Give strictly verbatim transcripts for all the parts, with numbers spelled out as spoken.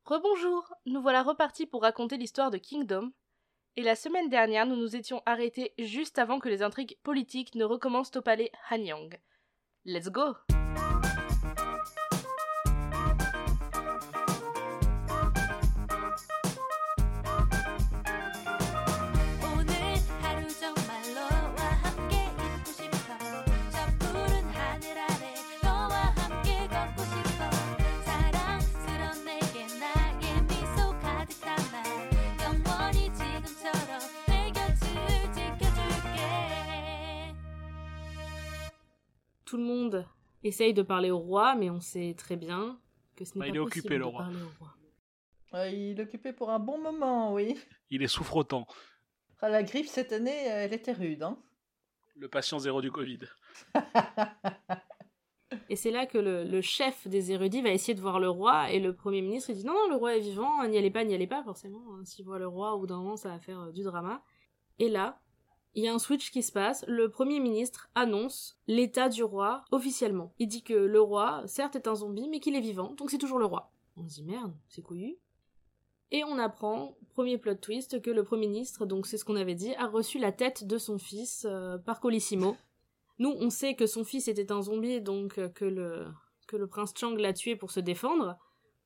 Rebonjour, nous voilà repartis pour raconter l'histoire de Kingdom. Et la semaine dernière, nous nous étions arrêtés juste avant que les intrigues politiques ne recommencent au palais Hanyang. Let's go! Tout le monde essaye de parler au roi, mais on sait très bien que ce n'est bah, pas il est possible occupé, le de roi. parler au roi. Euh, il est occupé pour un bon moment, oui. Il est souffrotant. Ah, la grippe cette année, elle était rude, hein. Le patient zéro du Covid. Et c'est là que le, le chef des érudits va essayer de voir le roi, et le premier ministre il dit non, non, le roi est vivant, n'y allez pas, n'y allez pas, forcément. Hein. S'il voit le roi, au bout d'un moment, ça va faire euh, du drama. Et là, il y a un switch qui se passe, le Premier ministre annonce l'état du roi officiellement. Il dit que le roi, certes, est un zombie, mais qu'il est vivant, donc c'est toujours le roi. On se dit merde, c'est couillu. Et on apprend, premier plot twist, que le Premier ministre, donc c'est ce qu'on avait dit, a reçu la tête de son fils euh, par Colissimo. Nous, on sait que son fils était un zombie, donc euh, que, le, que le prince Chang l'a tué pour se défendre.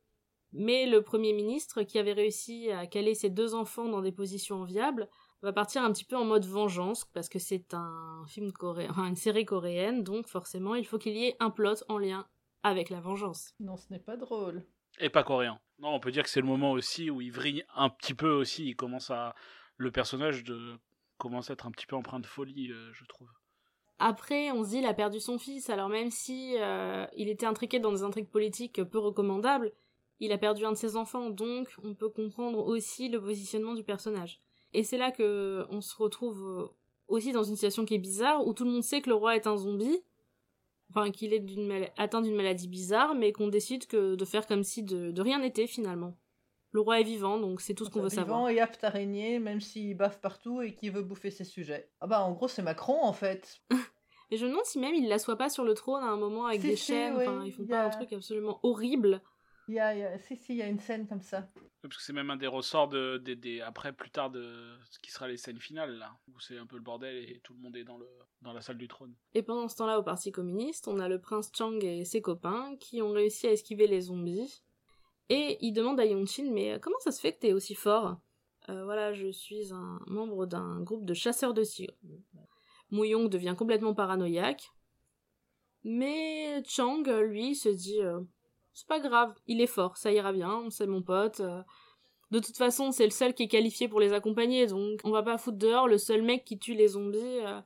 Mais le Premier ministre, qui avait réussi à caler ses deux enfants dans des positions enviables, va partir un petit peu en mode vengeance, parce que c'est un film coréen, enfin une série coréenne, donc forcément il faut qu'il y ait un plot en lien avec la vengeance. Non, ce n'est pas drôle. Et pas coréen. Non, on peut dire que c'est le moment aussi où il vrille un petit peu aussi, il commence à... Le personnage de... commence à être un petit peu empreint de folie, euh, je trouve. Après, on se dit, il a perdu son fils, alors même si euh, il était intriqué dans des intrigues politiques peu recommandables, il a perdu un de ses enfants, donc on peut comprendre aussi le positionnement du personnage. Et c'est là que on se retrouve aussi dans une situation qui est bizarre, où tout le monde sait que le roi est un zombie, enfin qu'il est d'une mal... atteint d'une maladie bizarre, mais qu'on décide que de faire comme si de, de rien n'était finalement. Le roi est vivant, donc c'est tout ce qu'on veut vivant savoir. Vivant et apte à régner, même s'il baffe partout et qu'il veut bouffer ses sujets. Ah bah en gros c'est Macron en fait. Et je me demande si même il l'assoit pas sur le trône à un moment avec si, des si, chaînes, oui, enfin ils font y pas a... un truc absolument horrible. Il y a, il y a... Si, si, il y a une scène comme ça. Parce que c'est même un des ressorts de, de, de, après, plus tard, de ce qui sera les scènes finales, là, où c'est un peu le bordel et tout le monde est dans, le, dans la salle du trône. Et pendant ce temps-là, au Parti communiste, on a le prince Chang et ses copains qui ont réussi à esquiver les zombies. Et ils demandent à Yoon-Shin, mais comment ça se fait que t'es aussi fort ? euh, Voilà, je suis un membre d'un groupe de chasseurs de tigres. Mouyong devient complètement paranoïaque. Mais Chang, lui, se dit... Euh, c'est pas grave, il est fort, ça ira bien, c'est mon pote. De toute façon, c'est le seul qui est qualifié pour les accompagner, donc on va pas foutre dehors le seul mec qui tue les zombies euh,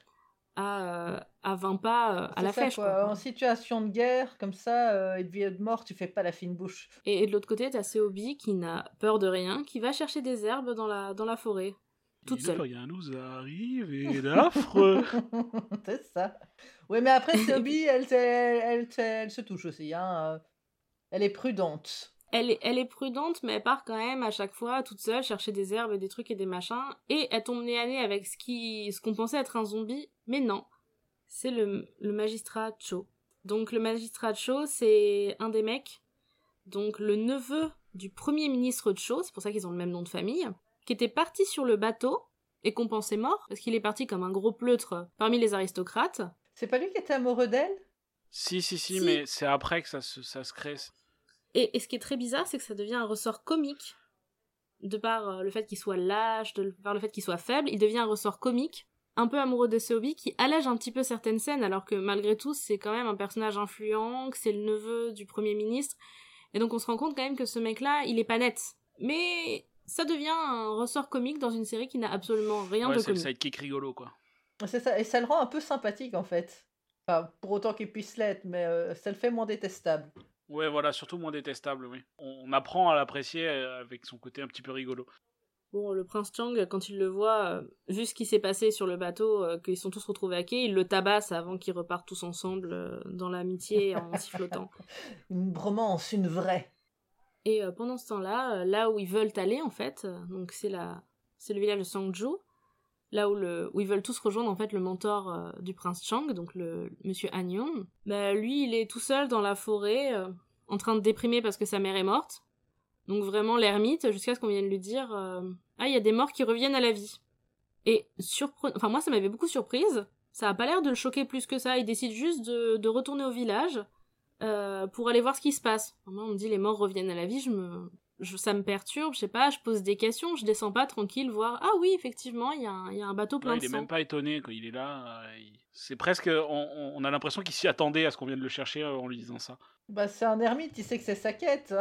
à, euh, à vingt pas euh, à c'est la ça, flèche. Quoi. Quoi. En situation de guerre, comme ça, euh, et de vie et de mort, tu fais pas la fine bouche. Et, et de l'autre côté, t'as Seobi qui n'a peur de rien, qui va chercher des herbes dans la, dans la forêt, toute seule. Rien nous arrive et l'affreux. C'est ça. Oui, mais après, Seobi, elle, elle, elle, elle, elle se touche aussi, hein. Elle est prudente. Elle est, elle est prudente, mais elle part quand même à chaque fois toute seule chercher des herbes et des trucs et des machins. Et elle tombe nez à nez avec ce, qui, ce qu'on pensait être un zombie, mais non. C'est le, le magistrat Cho. Donc le magistrat Cho, c'est un des mecs, donc le neveu du premier ministre Cho, c'est pour ça qu'ils ont le même nom de famille, qui était parti sur le bateau et qu'on pensait mort, parce qu'il est parti comme un gros pleutre parmi les aristocrates. C'est pas lui qui était amoureux d'elle ? Si, si, si, si, mais c'est après que ça se, ça se crée. Et, et ce qui est très bizarre, c'est que ça devient un ressort comique, de par le fait qu'il soit lâche, de par le fait qu'il soit faible, il devient un ressort comique, un peu amoureux de Seobi, qui allège un petit peu certaines scènes, alors que malgré tout, c'est quand même un personnage influent, que c'est le neveu du Premier ministre, et donc on se rend compte quand même que ce mec-là, il est pas net. Mais ça devient un ressort comique dans une série qui n'a absolument rien ouais, de c'est comique. C'est le sidekick rigolo, quoi. C'est ça, et ça le rend un peu sympathique, en fait. Enfin, pour autant qu'il puisse l'être, mais euh, ça le fait moins détestable. Ouais, voilà, surtout moins détestable, oui. On, on apprend à l'apprécier avec son côté un petit peu rigolo. Bon, le prince Chang, quand il le voit, euh, vu ce qui s'est passé sur le bateau, euh, qu'ils sont tous retrouvés à quai, il le tabasse avant qu'ils repartent tous ensemble euh, dans l'amitié en sifflotant. Une bromance, une vraie. Et euh, pendant ce temps-là, euh, là où ils veulent aller, en fait, euh, donc c'est, la... c'est le village de Sangju, là où, le... où ils veulent tous rejoindre, en fait, le mentor euh, du prince Chang, donc le monsieur Hanyon. Bah, lui, il est tout seul dans la forêt, euh, en train de déprimer parce que sa mère est morte. Donc vraiment l'ermite, jusqu'à ce qu'on vienne lui dire euh, ah, il y a des morts qui reviennent à la vie. Et surprenant, enfin moi ça m'avait beaucoup surprise, ça a pas l'air de le choquer plus que ça, il décide juste de, de retourner au village euh, pour aller voir ce qui se passe. Moi on me dit les morts reviennent à la vie, je me... Je, ça me perturbe, je sais pas, je pose des questions, je descends pas tranquille voir ah oui effectivement il y, y a un bateau plein ouais, de il est sang. même pas étonné quand il est là, euh, il... c'est presque, on, on a l'impression qu'il s'y attendait à ce qu'on vienne le chercher euh, en lui disant ça. Bah c'est un ermite, il sait que c'est sa quête.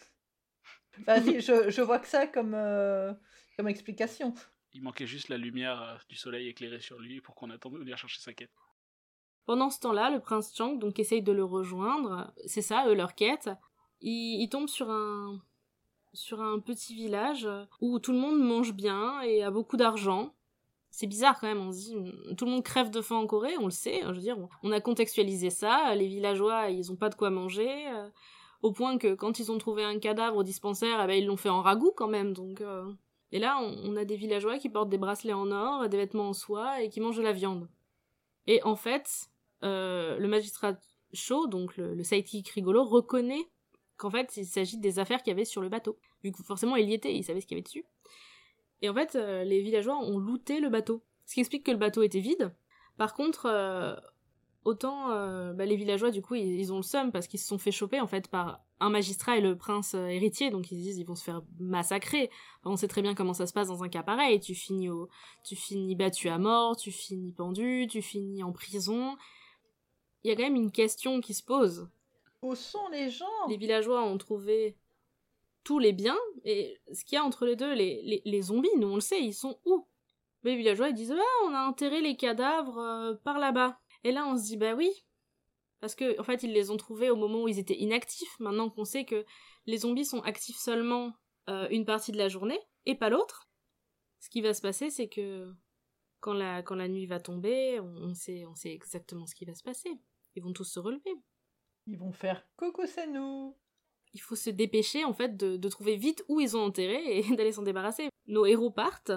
Enfin, si, je, je vois que ça comme, euh, comme explication. Il manquait juste la lumière euh, du soleil éclairée sur lui pour qu'on attende de venir chercher sa quête. Pendant ce temps-là, le prince Chang donc essaye de le rejoindre, c'est ça eux leur quête, il, il tombe sur un sur un petit village où tout le monde mange bien et a beaucoup d'argent. C'est bizarre quand même, on se dit, tout le monde crève de faim en Corée, on le sait, je veux dire, on a contextualisé ça, les villageois, ils ont pas de quoi manger, euh, au point que quand ils ont trouvé un cadavre au dispensaire, eh ben, ils l'ont fait en ragoût quand même, donc... Euh... Et là, on, on a des villageois qui portent des bracelets en or, des vêtements en soie, et qui mangent de la viande. Et en fait, euh, le magistrat Cho, donc le, le sidekick rigolo, reconnaît qu'en fait, il s'agit des affaires qu'il y avait sur le bateau. Vu que forcément, il y était, il savait ce qu'il y avait dessus. Et en fait, euh, les villageois ont looté le bateau. Ce qui explique que le bateau était vide. Par contre, euh, autant euh, bah, les villageois, du coup, ils, ils ont le seum parce qu'ils se sont fait choper, en fait, par un magistrat et le prince euh, héritier. Donc ils se disent, ils vont se faire massacrer. Enfin, on sait très bien comment ça se passe dans un cas pareil. Tu finis, au... tu finis battu à mort, tu finis pendu, tu finis en prison. Il y a quand même une question qui se pose. Où sont les gens ? Les villageois ont trouvé tous les biens, et ce qu'il y a entre les deux, les, les, les zombies, nous on le sait, ils sont où ? Les villageois ils disent ah on a enterré les cadavres euh, par là-bas. Et là on se dit bah oui, parce que en fait ils les ont trouvés au moment où ils étaient inactifs. Maintenant qu'on sait que les zombies sont actifs seulement euh, une partie de la journée et pas l'autre, ce qui va se passer c'est que quand la quand la nuit va tomber, on, on sait on sait exactement ce qui va se passer. Ils vont tous se relever. Ils vont faire coucou c'est nous. Il faut se dépêcher en fait de, de trouver vite où ils ont enterré et d'aller s'en débarrasser. Nos héros partent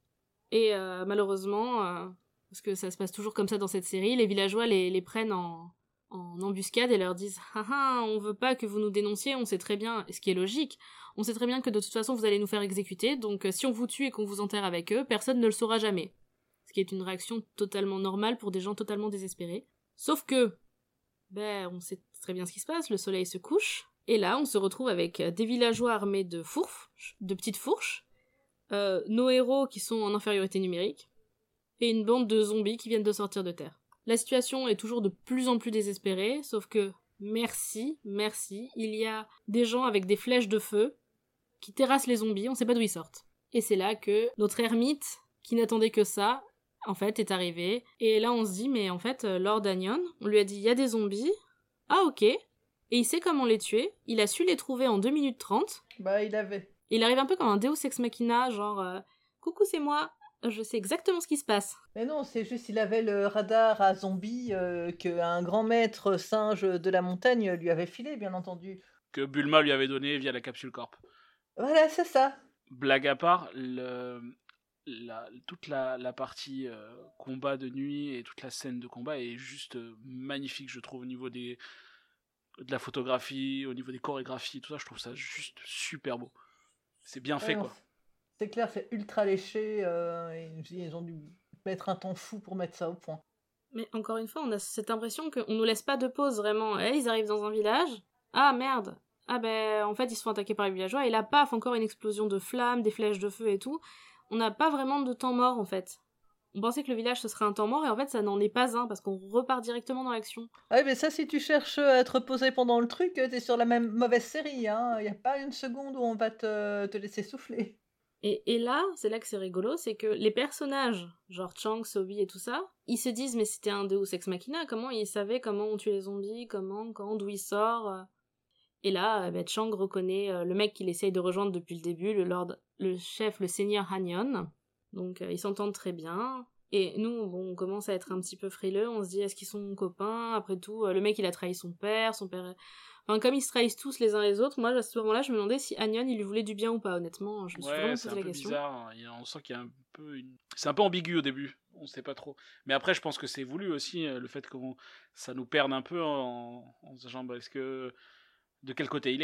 et euh, malheureusement, euh, parce que ça se passe toujours comme ça dans cette série, les villageois les, les prennent en, en embuscade et leur disent « Ah ah, on veut pas que vous nous dénonciez, on sait très bien, ce qui est logique, on sait très bien que de toute façon vous allez nous faire exécuter, donc euh, si on vous tue et qu'on vous enterre avec eux, personne ne le saura jamais. » Ce qui est une réaction totalement normale pour des gens totalement désespérés. Sauf que, ben, on sait très bien ce qui se passe, le soleil se couche, et là, on se retrouve avec des villageois armés de fourches, de petites fourches, euh, nos héros qui sont en infériorité numérique, et une bande de zombies qui viennent de sortir de terre. La situation est toujours de plus en plus désespérée, sauf que, merci, merci, il y a des gens avec des flèches de feu qui terrassent les zombies, on sait pas d'où ils sortent. Et c'est là que notre ermite, qui n'attendait que ça, en fait, est arrivé. Et là, on se dit, mais en fait, Lord Anion, on lui a dit, il y a des zombies. Ah, ok. Et il sait comment les tuer, il a su les trouver en deux minutes trente. Bah, il avait. Et il arrive un peu comme un Deus Ex Machina, genre euh, « Coucou, c'est moi, je sais exactement ce qui se passe. » Mais non, c'est juste il avait le radar à zombies euh, qu'un grand maître singe de la montagne lui avait filé, bien entendu. Que Bulma lui avait donné via la capsule Corp. Voilà, c'est ça. Blague à part, le... La, toute la, la partie euh, combat de nuit et toute la scène de combat est juste euh, magnifique, je trouve, au niveau des... de la photographie, au niveau des chorégraphies, tout ça, je trouve ça juste super beau. C'est bien fait, ouais, quoi. C'est clair, c'est ultra léché. Euh, et ils ont dû mettre un temps fou pour mettre ça au point. Mais encore une fois, on a cette impression qu'on nous laisse pas de pause, vraiment. Eh, ils arrivent dans un village. Ah, merde. Ah ben, en fait, ils se font attaquer par les villageois. Et là, paf, encore une explosion de flammes, des flèches de feu et tout. On n'a pas vraiment de temps mort, en fait. On pensait que le village, ce serait un temps mort, et en fait, ça n'en est pas un, parce qu'on repart directement dans l'action. Ah oui, mais ça, si tu cherches à être reposé pendant le truc, t'es sur la même mauvaise série, hein. Y a pas une seconde où on va te, te laisser souffler. Et, et là, c'est là que c'est rigolo, c'est que les personnages, genre Chang, Sobi et tout ça, ils se disent, mais c'était un Deus Ex Machina, comment ils savaient comment on tue les zombies, comment, quand, d'où il sort. Et là, bah, Chang reconnaît le mec qu'il essaye de rejoindre depuis le début, le lord, le chef, le seigneur Hanyon. Donc euh, ils s'entendent très bien. Et nous, bon, on commence à être un petit peu frileux, on se dit, est-ce qu'ils sont copains ? Après tout, euh, le mec il a trahi son père, son père... Enfin, comme ils se trahissent tous les uns les autres, moi, à ce moment-là, je me demandais si Hanyon, il lui voulait du bien ou pas, honnêtement. Je me suis ouais, vraiment posé la question. C'est un peu bizarre, il y a, on sent qu'il y a un peu une... C'est un peu ambigu au début, on sait pas trop. Mais après, je pense que c'est voulu aussi, le fait que ça nous perde un peu en, en sachant, bah, est-ce que... de quel côté il est, quoi.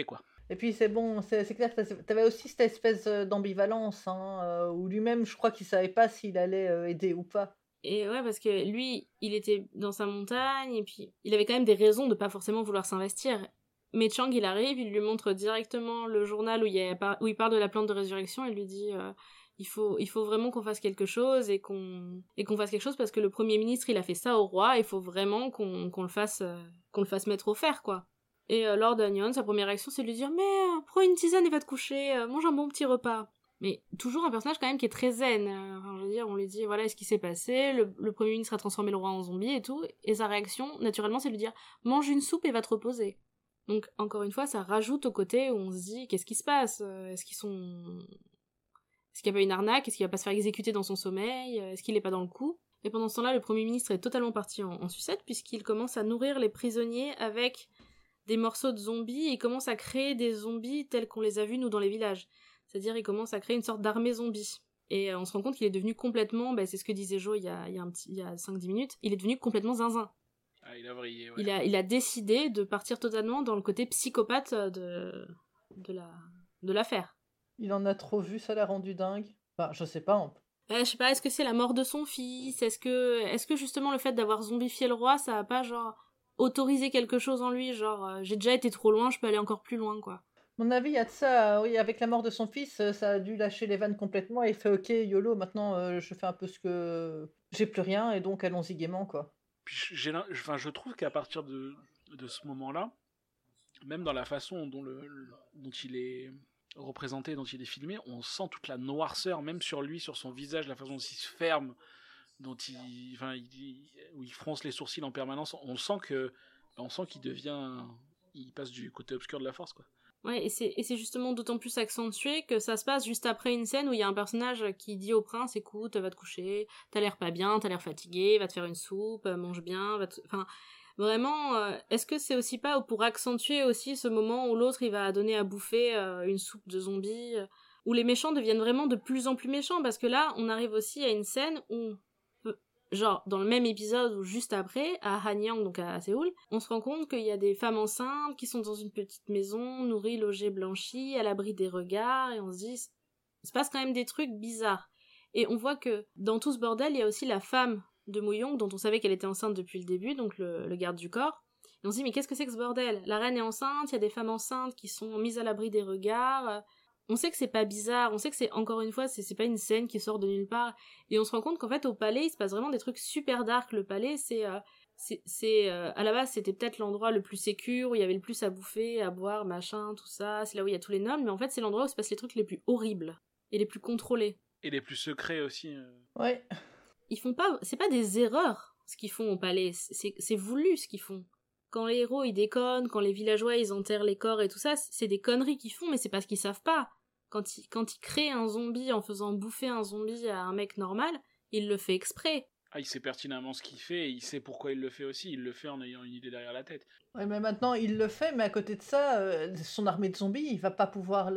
Et puis c'est bon, c'est c'est clair que t'as- t'avais aussi cette espèce euh, d'ambivalence, hein, euh, où lui-même, je crois qu'il savait pas s'il allait euh, aider ou pas. Et ouais, parce que lui, il était dans sa montagne, et puis il avait quand même des raisons de pas forcément vouloir s'investir. Mais Chang, il arrive, il lui montre directement le journal où il, y a, par- où il parle de la plante de résurrection, et lui dit euh, il faut, il faut vraiment qu'on fasse quelque chose, et qu'on, et qu'on fasse quelque chose parce que le Premier ministre, il a fait ça au roi, il faut vraiment qu'on, qu'on le fasse, euh, qu'on le fasse mettre au fer, quoi. Et euh, Lord Onion, sa première réaction, c'est de lui dire mais euh, prends une tisane et va te coucher, euh, mange un bon petit repas. Mais toujours un personnage quand même qui est très zen. euh, Enfin, je veux dire, on lui dit voilà ce qui s'est passé, le, le Premier ministre a transformé le roi en zombie et tout, et sa réaction, naturellement, c'est de lui dire mange une soupe et va te reposer. Donc, encore une fois, ça rajoute au côté où on se dit qu'est-ce qui se passe. euh, Est-ce qu'ils sont... Est-ce qu'il n'y a pas une arnaque? Est-ce qu'il va pas se faire exécuter dans son sommeil? Est-ce qu'il n'est pas dans le coup? Et pendant ce temps-là, le Premier ministre est totalement parti en, en sucette, puisqu'il commence à nourrir les prisonniers avec des morceaux de zombies, et il commence à créer des zombies tels qu'on les a vus, nous, dans les villages. C'est-à-dire, il commence à créer une sorte d'armée zombie. Et euh, on se rend compte qu'il est devenu complètement, bah, c'est ce que disait Jo il y a, il y a, un petit, il y a cinq dix minutes, il est devenu complètement zinzin. Ah, il a vrillé, ouais. Il a, il a décidé de partir totalement dans le côté psychopathe de, de, la, de l'affaire. Il en a trop vu, ça l'a rendu dingue. Enfin, je sais pas. on- Euh, je sais pas, est-ce que c'est la mort de son fils? Est-ce que, est-ce que justement le fait d'avoir zombifié le roi, ça a pas genre autorisé quelque chose en lui? Genre, euh, j'ai déjà été trop loin, je peux aller encore plus loin, quoi. À mon avis, il y a de ça. Oui, avec la mort de son fils, euh, ça a dû lâcher les vannes complètement et il fait ok, YOLO, maintenant euh, je fais un peu ce que. J'ai plus rien et donc allons-y gaiement, quoi. Puis j'ai, l'im- enfin, je trouve qu'à partir de, de ce moment-là, même dans la façon dont, le, le- dont il est représenté, dont il est filmé, on sent toute la noirceur, même sur lui, sur son visage, la façon dont il se ferme, dont il, enfin, il, il- où il fronce les sourcils en permanence. On sent que, on sent qu'il devient, il passe du côté obscur de la force, quoi. Ouais, et c'est, et c'est justement d'autant plus accentué que ça se passe juste après une scène où il y a un personnage qui dit au prince, écoute, va te coucher, t'as l'air pas bien, t'as l'air fatigué, va te faire une soupe, euh, mange bien, va te... Enfin, vraiment, euh, est-ce que c'est aussi pas pour accentuer aussi ce moment où l'autre il va donner à bouffer euh, une soupe de zombies, euh, où les méchants deviennent vraiment de plus en plus méchants, parce que là, on arrive aussi à une scène où genre dans le même épisode ou juste après, à Hanyang, donc à Séoul, on se rend compte qu'il y a des femmes enceintes qui sont dans une petite maison, nourries, logées, blanchies, à l'abri des regards, et on se dit, il se passe quand même des trucs bizarres. Et on voit que dans tout ce bordel, il y a aussi la femme de Mouyong, dont on savait qu'elle était enceinte depuis le début, donc le, le garde du corps. Et on se dit, mais qu'est-ce que c'est que ce bordel? La reine est enceinte, il y a des femmes enceintes qui sont mises à l'abri des regards. On sait que c'est pas bizarre, on sait que c'est, encore une fois, c'est, c'est pas une scène qui sort de nulle part. Et on se rend compte qu'en fait, au palais, il se passe vraiment des trucs super dark. Le palais, c'est... Euh, c'est, c'est euh, à la base, c'était peut-être l'endroit le plus sécure, où il y avait le plus à bouffer, à boire, machin, tout ça. C'est là où il y a tous les nobles, mais en fait, c'est l'endroit où se passent les trucs les plus horribles. Et les plus contrôlés. Et les plus secrets aussi. euh. Ouais. Ils font pas... C'est pas des erreurs, ce qu'ils font au palais. C'est, c'est voulu, ce qu'ils font. Quand les héros, ils déconnent, quand les villageois, ils enterrent les corps et tout ça, c'est des conneries qu'ils font, mais c'est parce qu'ils savent pas. Quand il, quand il crée un zombie en faisant bouffer un zombie à un mec normal, il le fait exprès. Ah, il sait pertinemment ce qu'il fait, et il sait pourquoi il le fait aussi. Il le fait en ayant une idée derrière la tête. Ouais, mais maintenant il le fait, mais à côté de ça, euh, son armée de zombies, il va pas pouvoir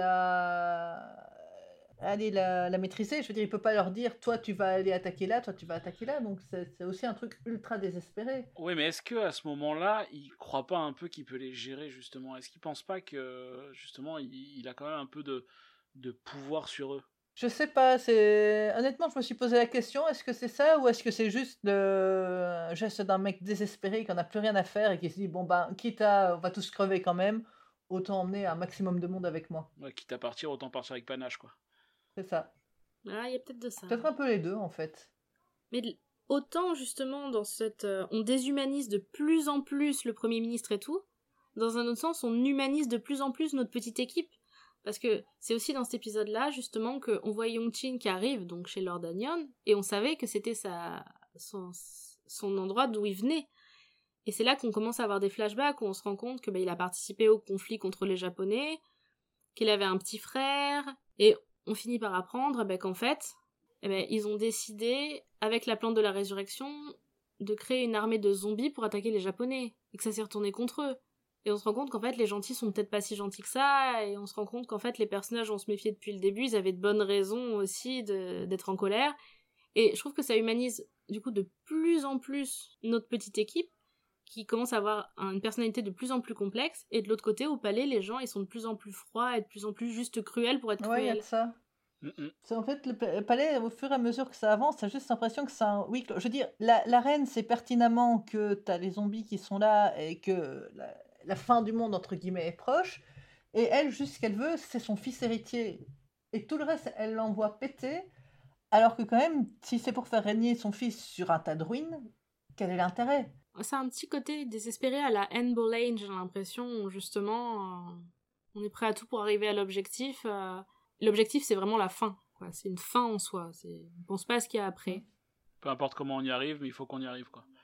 la. Aller la, la maîtriser. Je veux dire, il peut pas leur dire, toi tu vas aller attaquer là, toi tu vas attaquer là. Donc c'est c'est aussi un truc ultra désespéré. Oui, mais est-ce que à ce moment-là, il croit pas un peu qu'il peut les gérer, justement? Est-ce qu'il pense pas que, justement, il, il a quand même un peu de, de pouvoir sur eux? Je sais pas, c'est honnêtement, je me suis posé la question, est-ce que c'est ça ou est-ce que c'est juste le geste d'un mec désespéré qui en a plus rien à faire et qui se dit bon bah quitte à on va tous crever quand même, autant emmener un maximum de monde avec moi. Ouais, quitte à partir, autant partir avec panache, quoi. C'est ça. Ah, il y a peut-être de ça. Peut-être un peu les deux en fait. Mais l- autant, justement, dans cette... euh, on déshumanise de plus en plus le Premier ministre et tout, dans un autre sens, on humanise de plus en plus notre petite équipe. Parce que c'est aussi dans cet épisode-là, justement, qu'on voit Yong-Chin qui arrive, donc chez Lord Onion, et on savait que c'était sa... son... son endroit d'où il venait. Et c'est là qu'on commence à avoir des flashbacks, où on se rend compte que bah, il a participé au conflit contre les Japonais, qu'il avait un petit frère, et on finit par apprendre bah, qu'en fait, eh ben, ils ont décidé, avec la plante de la résurrection, de créer une armée de zombies pour attaquer les Japonais, et que ça s'est retourné contre eux. Et on se rend compte qu'en fait, les gentils sont peut-être pas si gentils que ça, et on se rend compte qu'en fait, les personnages, on se méfiait depuis le début, ils avaient de bonnes raisons aussi de, d'être en colère. Et je trouve que ça humanise, du coup, de plus en plus notre petite équipe, qui commence à avoir une personnalité de plus en plus complexe, et de l'autre côté, au palais, les gens, ils sont de plus en plus froids et de plus en plus juste cruels pour être Ouais, il y a cruels. de ça. Mm-mm. C'est en fait le pa- palais, au fur et à mesure que ça avance, t'as juste l'impression que c'est un huis clos. Je veux dire, la, la reine sait pertinemment que t'as les zombies qui sont là et que la, la fin du monde, entre guillemets, est proche. Et elle, juste ce qu'elle veut, c'est son fils héritier. Et tout le reste, elle l'envoie péter. Alors que quand même, si c'est pour faire régner son fils sur un tas de ruines, quel est l'intérêt? C'est un petit côté désespéré à la Anne Boleyn, j'ai l'impression, où justement, euh, on est prêt à tout pour arriver à l'objectif. euh, L'objectif, c'est vraiment la fin, quoi. C'est une fin en soi. C'est... On pense pas à ce qu'il y a après. Peu importe comment on y arrive, mais il faut qu'on y arrive, quoi.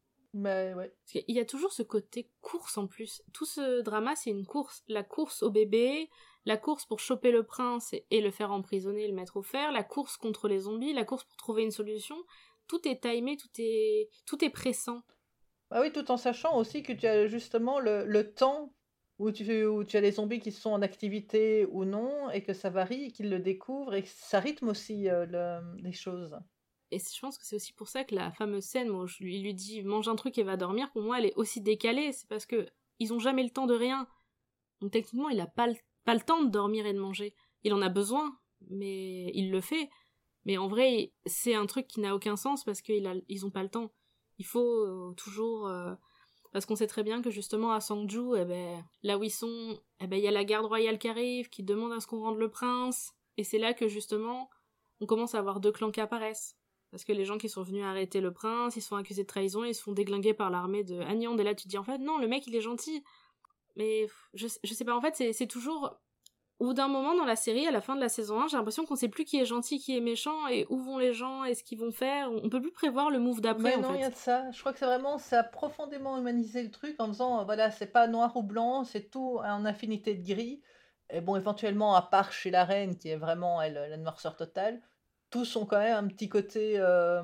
Mais ouais. Parce qu'il y a toujours ce côté course en plus. Tout ce drama, c'est une course. La course au bébé, la course pour choper le prince et, et le faire emprisonner et le mettre au fer, la course contre les zombies, la course pour trouver une solution. Tout est timé, tout est, tout est pressant. Ah oui, tout en sachant aussi que tu as justement le, le temps où tu, où tu as les zombies qui sont en activité ou non, et que ça varie, et qu'ils le découvrent, et que ça rythme aussi euh, le- les choses. Et je pense que c'est aussi pour ça que la fameuse scène où je lui, il lui dit mange un truc et va dormir, pour moi elle est aussi décalée. C'est parce que ils ont jamais le temps de rien. Donc techniquement il a pas le, pas le temps de dormir et de manger. Il en a besoin, mais il le fait. Mais en vrai c'est un truc qui n'a aucun sens parce qu'ils a, ils ont pas le temps. Il faut euh, toujours... euh, parce qu'on sait très bien que justement à Sangju, eh ben, là où ils sont, eh ben, il y a la garde royale qui arrive, qui demande à ce qu'on rende le prince. Et c'est là que justement on commence à avoir deux clans qui apparaissent. Parce que les gens qui sont venus arrêter le prince, ils sont accusés de trahison et ils se font déglinguer par l'armée de Anyand. Et là, tu te dis, en fait, non, le mec, il est gentil. Mais je, je sais pas, en fait, c'est, c'est toujours... Au bout d'un moment dans la série, à la fin de la saison un, j'ai l'impression qu'on sait plus qui est gentil, qui est méchant, et où vont les gens, et ce qu'ils vont faire. On peut plus prévoir le move d'après, Mais en non, il y a fait. de ça. Je crois que c'est vraiment, ça a profondément humanisé le truc en faisant, euh, voilà, c'est pas noir ou blanc, c'est tout en infinité de gris. Et bon, éventuellement, à part chez la reine, qui est vraiment, elle, la noirceur totale, tous ont quand même un petit côté euh,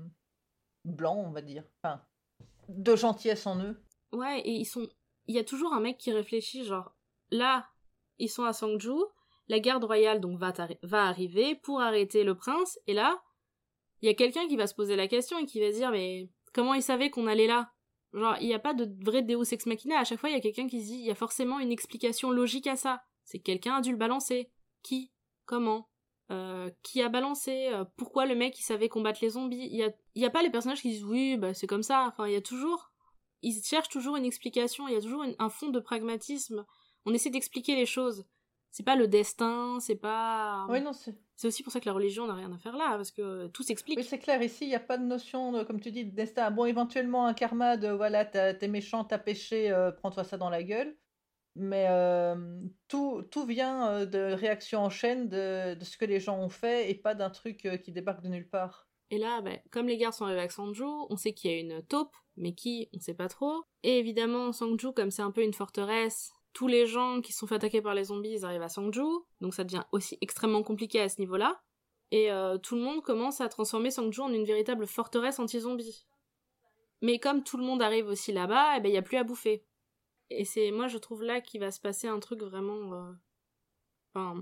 blanc, on va dire. Enfin, de gentillesse en eux. Ouais, et ils sont... Il y a toujours un mec qui réfléchit, genre... Là, ils sont à Sangju, la garde royale donc va, tar- va arriver pour arrêter le prince, et là, il y a quelqu'un qui va se poser la question et qui va se dire, mais comment ils savaient qu'on allait là? Genre, il n'y a pas de vrai Deus Ex Machina, à chaque fois il y a quelqu'un qui se dit, il y a forcément une explication logique à ça. C'est que quelqu'un a dû le balancer. Qui? Comment? Euh, qui a balancé? Euh, pourquoi le mec il savait combattre les zombies? Il y a, il y a pas les personnages qui disent, oui, bah c'est comme ça. Enfin, il y a toujours... Ils cherchent toujours une explication, il y a toujours une- un fond de pragmatisme. On essaie d'expliquer les choses. C'est pas le destin, c'est pas... Oui, non, c'est... C'est aussi pour ça que la religion n'a rien à faire là, parce que tout s'explique. Oui, c'est clair, ici, il n'y a pas de notion, de, comme tu dis, de destin. Bon, éventuellement, un karma de, voilà, t'as- t'es méchant, t'as péché, euh, prends-toi ça dans la gueule. Mais euh, tout, tout vient euh, de réactions en chaîne de, de ce que les gens ont fait et pas d'un truc euh, qui débarque de nulle part. Et là, bah, comme les gardes sont arrivés avec Sangju, on sait qu'il y a une taupe, mais qui, on sait pas trop. Et évidemment, Sangju, comme c'est un peu une forteresse, tous les gens qui se sont fait attaquer par les zombies, ils arrivent à Sangju, donc ça devient aussi extrêmement compliqué à ce niveau-là. Et euh, tout le monde commence à transformer Sangju en une véritable forteresse anti-zombie. Mais comme tout le monde arrive aussi là-bas, il ben, y a plus à bouffer. Et c'est, moi, je trouve là qu'il va se passer un truc vraiment... euh, Enfin,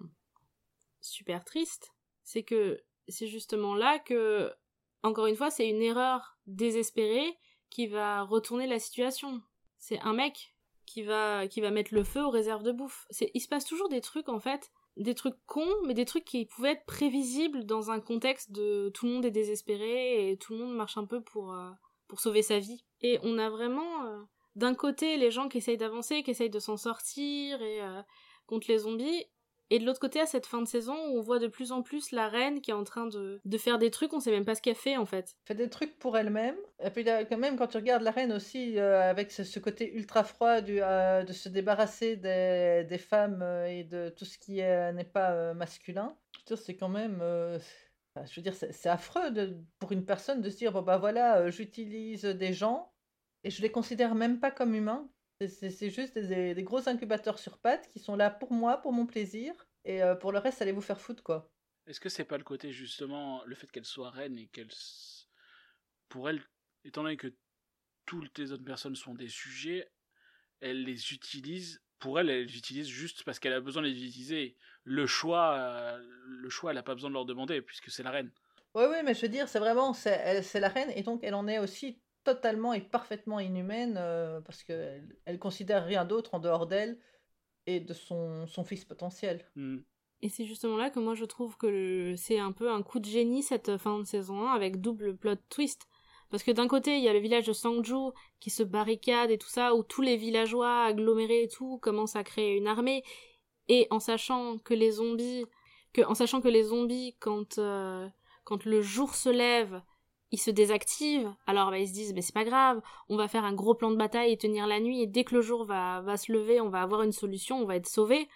super triste. C'est que c'est justement là que, encore une fois, c'est une erreur désespérée qui va retourner la situation. C'est un mec qui va, qui va mettre le feu aux réserves de bouffe. C'est, il se passe toujours des trucs, en fait, des trucs cons, mais des trucs qui pouvaient être prévisibles dans un contexte de tout le monde est désespéré et tout le monde marche un peu pour, euh, pour sauver sa vie. Et on a vraiment, euh, d'un côté, les gens qui essayent d'avancer, qui essayent de s'en sortir et euh, contre les zombies, et de l'autre côté, à cette fin de saison, où on voit de plus en plus la reine qui est en train de, de faire des trucs, on sait même pas ce qu'elle fait, en fait. Fait des trucs pour elle-même. Et puis là, quand même, quand tu regardes la reine aussi, euh, avec ce, ce côté ultra froid du, euh, de se débarrasser des, des femmes euh, et de tout ce qui est- n'est pas euh, masculin, je veux dire, c'est quand même... euh, enfin, je veux dire, c'est c'est affreux de, pour une personne de se dire, bon bah voilà, euh, j'utilise des gens et je les considère même pas comme humains. C'est- C'est c'est juste des, des gros incubateurs sur pattes qui sont là pour moi, pour mon plaisir, et euh, pour le reste, allez vous faire foutre, quoi. Est-ce que c'est pas le côté, justement, le fait qu'elle soit reine et qu'elle... s- Pour elle, étant donné que toutes les autres personnes sont des sujets, elle les utilise... Pour elle, elle les utilise juste parce qu'elle a besoin de les utiliser. Le choix, euh, le choix, elle n'a pas besoin de leur demander, puisque c'est la reine. Oui, oui, mais je veux dire, c'est vraiment, c'est elle- c'est la reine, et donc elle en est aussi totalement et parfaitement inhumaine euh, parce qu'elle elle considère rien d'autre en dehors d'elle et de son, son fils potentiel. Mm. Et c'est justement là que moi je trouve que le... c'est un peu un coup de génie cette fin de saison un avec double plot twist. Parce que d'un côté, il y a le village de Sangju qui se barricade et tout ça, où tous les villageois agglomérés et tout commencent à créer une armée. Et en sachant que les zombies, que, en sachant que les zombies, quand, euh, quand le jour se lève, ils se désactivent, alors bah, ils se disent, bah, c'est pas grave, on va faire un gros plan de bataille et tenir la nuit, et dès que le jour va, va se lever, on va avoir une solution, on va être sauvés.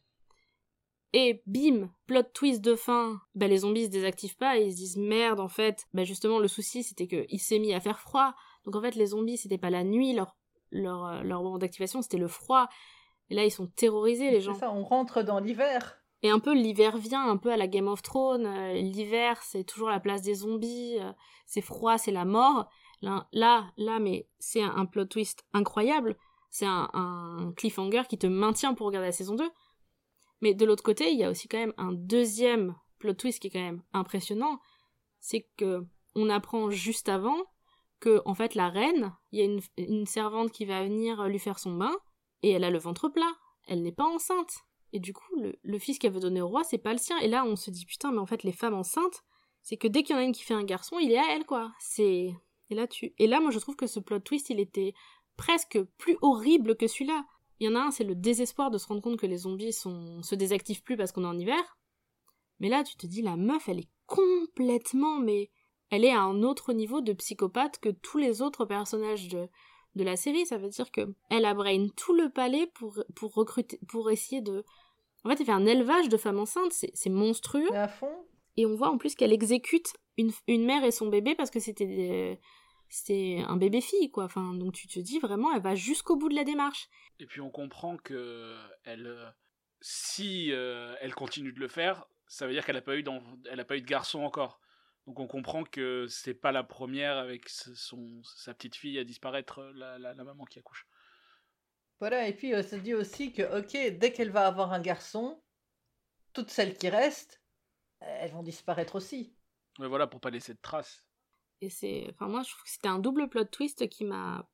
Et bim, plot twist de fin, bah les zombies se désactivent pas et ils se disent merde en fait, bah justement le souci c'était qu'il s'est mis à faire froid, donc en fait les zombies c'était pas la nuit, leur, leur, leur moment d'activation c'était le froid, et là ils sont terrorisés les gens. C'est ça, on rentre dans l'hiver. Et un peu l'hiver vient, un peu à la Game of Thrones, euh, l'hiver c'est toujours la place des zombies, euh, c'est froid, c'est la mort, là, là, là mais c'est un, un plot twist incroyable, c'est un, un cliffhanger qui te maintient pour regarder la saison deux. Mais de l'autre côté, il y a aussi quand même un deuxième plot twist qui est quand même impressionnant, c'est que on apprend juste avant que, en fait, la reine, il y a une, une servante qui va venir lui faire son bain, et elle a le ventre plat, elle n'est pas enceinte. Et du coup, le, le fils qu'elle veut donner au roi, c'est pas le sien. Et là, on se dit, putain, mais en fait, les femmes enceintes, c'est que dès qu'il y en a une qui fait un garçon, il est à elle, quoi. C'est... Et là, tu... Et là, moi, je trouve que ce plot twist, il était presque plus horrible que celui-là. Il y en a un, c'est le désespoir de se rendre compte que les zombies sont... se désactivent plus parce qu'on est en hiver. Mais là, tu te dis, la meuf, elle est complètement, mais elle est à un autre niveau de psychopathe que tous les autres personnages de, de la série. Ça veut dire que elle abraine tout le palais pour, pour recruter, pour essayer de... En fait, elle fait un élevage de femmes enceintes, c'est, c'est monstrueux. À fond. Et on voit en plus qu'elle exécute une, une mère et son bébé parce que c'était... Des... c'est un bébé-fille, quoi. Enfin, donc tu te dis vraiment, elle va jusqu'au bout de la démarche. Et puis on comprend que elle, euh, si euh, elle continue de le faire, ça veut dire qu'elle n'a pas eu d'en... elle a pas eu de garçon encore. Donc on comprend que c'est pas la première avec son sa petite fille à disparaître, la, la, la maman qui accouche. Voilà, et puis euh, ça dit aussi que, ok, dès qu'elle va avoir un garçon, toutes celles qui restent, elles vont disparaître aussi. Mais voilà, pour pas laisser de traces. Et c'est... Enfin, moi, je trouve que c'était un double plot twist qui m'a...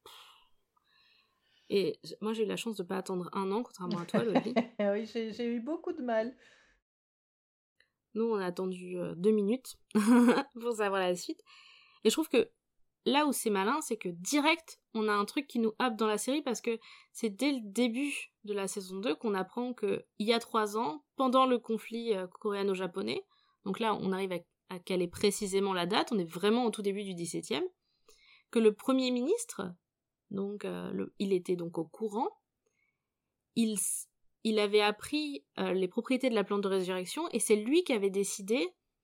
Et moi, j'ai eu la chance de pas attendre un an, contrairement à toi, Loli. Oui, j'ai, j'ai eu beaucoup de mal. Nous, on a attendu euh, deux minutes pour savoir la suite. Et je trouve que là où c'est malin, c'est que direct, on a un truc qui nous happe dans la série parce que c'est dès le début de la saison deux qu'on apprend que il y a trois ans, pendant le conflit euh, coréano-japonais, donc là, on arrive à, à caler précisément la date, on est vraiment au tout début du dix-septième, que le Premier ministre, donc euh, le, il était donc au courant, il... il avait appris euh, les propriétés de la plante de résurrection et c'est lui qui avait décidé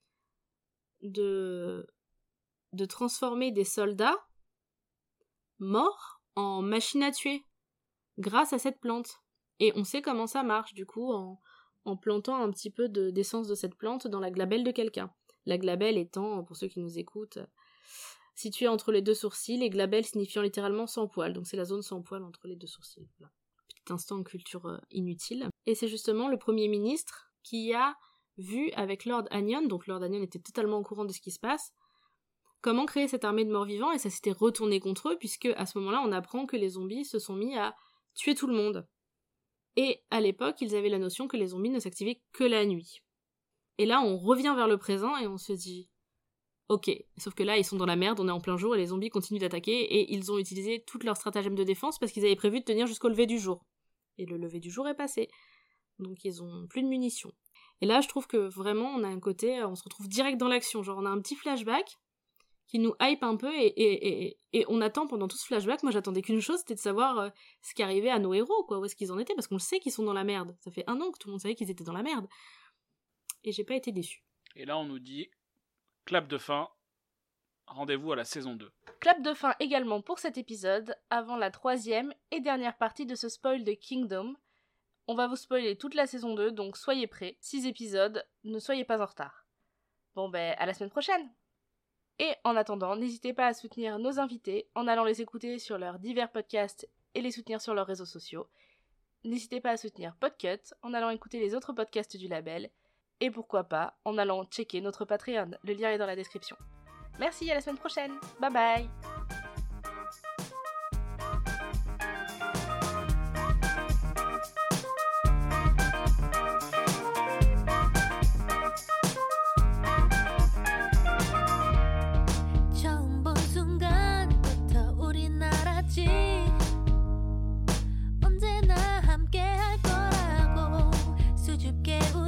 de, de transformer des soldats morts en machines à tuer grâce à cette plante. Et on sait comment ça marche du coup en, en plantant un petit peu de, d'essence de cette plante dans la glabelle de quelqu'un. La glabelle étant, pour ceux qui nous écoutent, située entre les deux sourcils et glabelle signifiant littéralement sans poil. Donc c'est la zone sans poil entre les deux sourcils. Voilà. Instant culture euh, inutile. Et c'est justement le Premier ministre qui a vu avec Lord Anion, donc Lord Anion était totalement au courant de ce qui se passe, comment créer cette armée de morts-vivants, et ça s'était retourné contre eux, puisque à ce moment-là, on apprend que les zombies se sont mis à tuer tout le monde. Et à l'époque, ils avaient la notion que les zombies ne s'activaient que la nuit. Et là, on revient vers le présent et on se dit ok, sauf que là, ils sont dans la merde, on est en plein jour, et les zombies continuent d'attaquer, et ils ont utilisé toutes leurs stratagèmes de défense parce qu'ils avaient prévu de tenir jusqu'au lever du jour. Et le lever du jour est passé. Donc ils ont plus de munitions. Et là, je trouve que vraiment, on a un côté, on se retrouve direct dans l'action. Genre, on a un petit flashback qui nous hype un peu, et, et, et, et on attend pendant tout ce flashback. Moi, j'attendais qu'une chose, c'était de savoir euh, ce qui arrivait à nos héros, quoi, où est-ce qu'ils en étaient, parce qu'on le sait qu'ils sont dans la merde. Ça fait un an que tout le monde savait qu'ils étaient dans la merde. Et j'ai pas été déçue. Et là, on nous dit, clap de fin, rendez-vous à la saison deux. Clap de fin également pour cet épisode, avant la troisième et dernière partie de ce spoil de Kingdom. On va vous spoiler toute la saison deux, donc soyez prêts. six épisodes, ne soyez pas en retard. Bon ben, à la semaine prochaine. Et en attendant, n'hésitez pas à soutenir nos invités en allant les écouter sur leurs divers podcasts et les soutenir sur leurs réseaux sociaux. N'hésitez pas à soutenir Podcut en allant écouter les autres podcasts du label. Et pourquoi pas, en allant checker notre Patreon. Le lien est dans la description. Merci, à la semaine prochaine. Bye bye.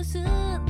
무슨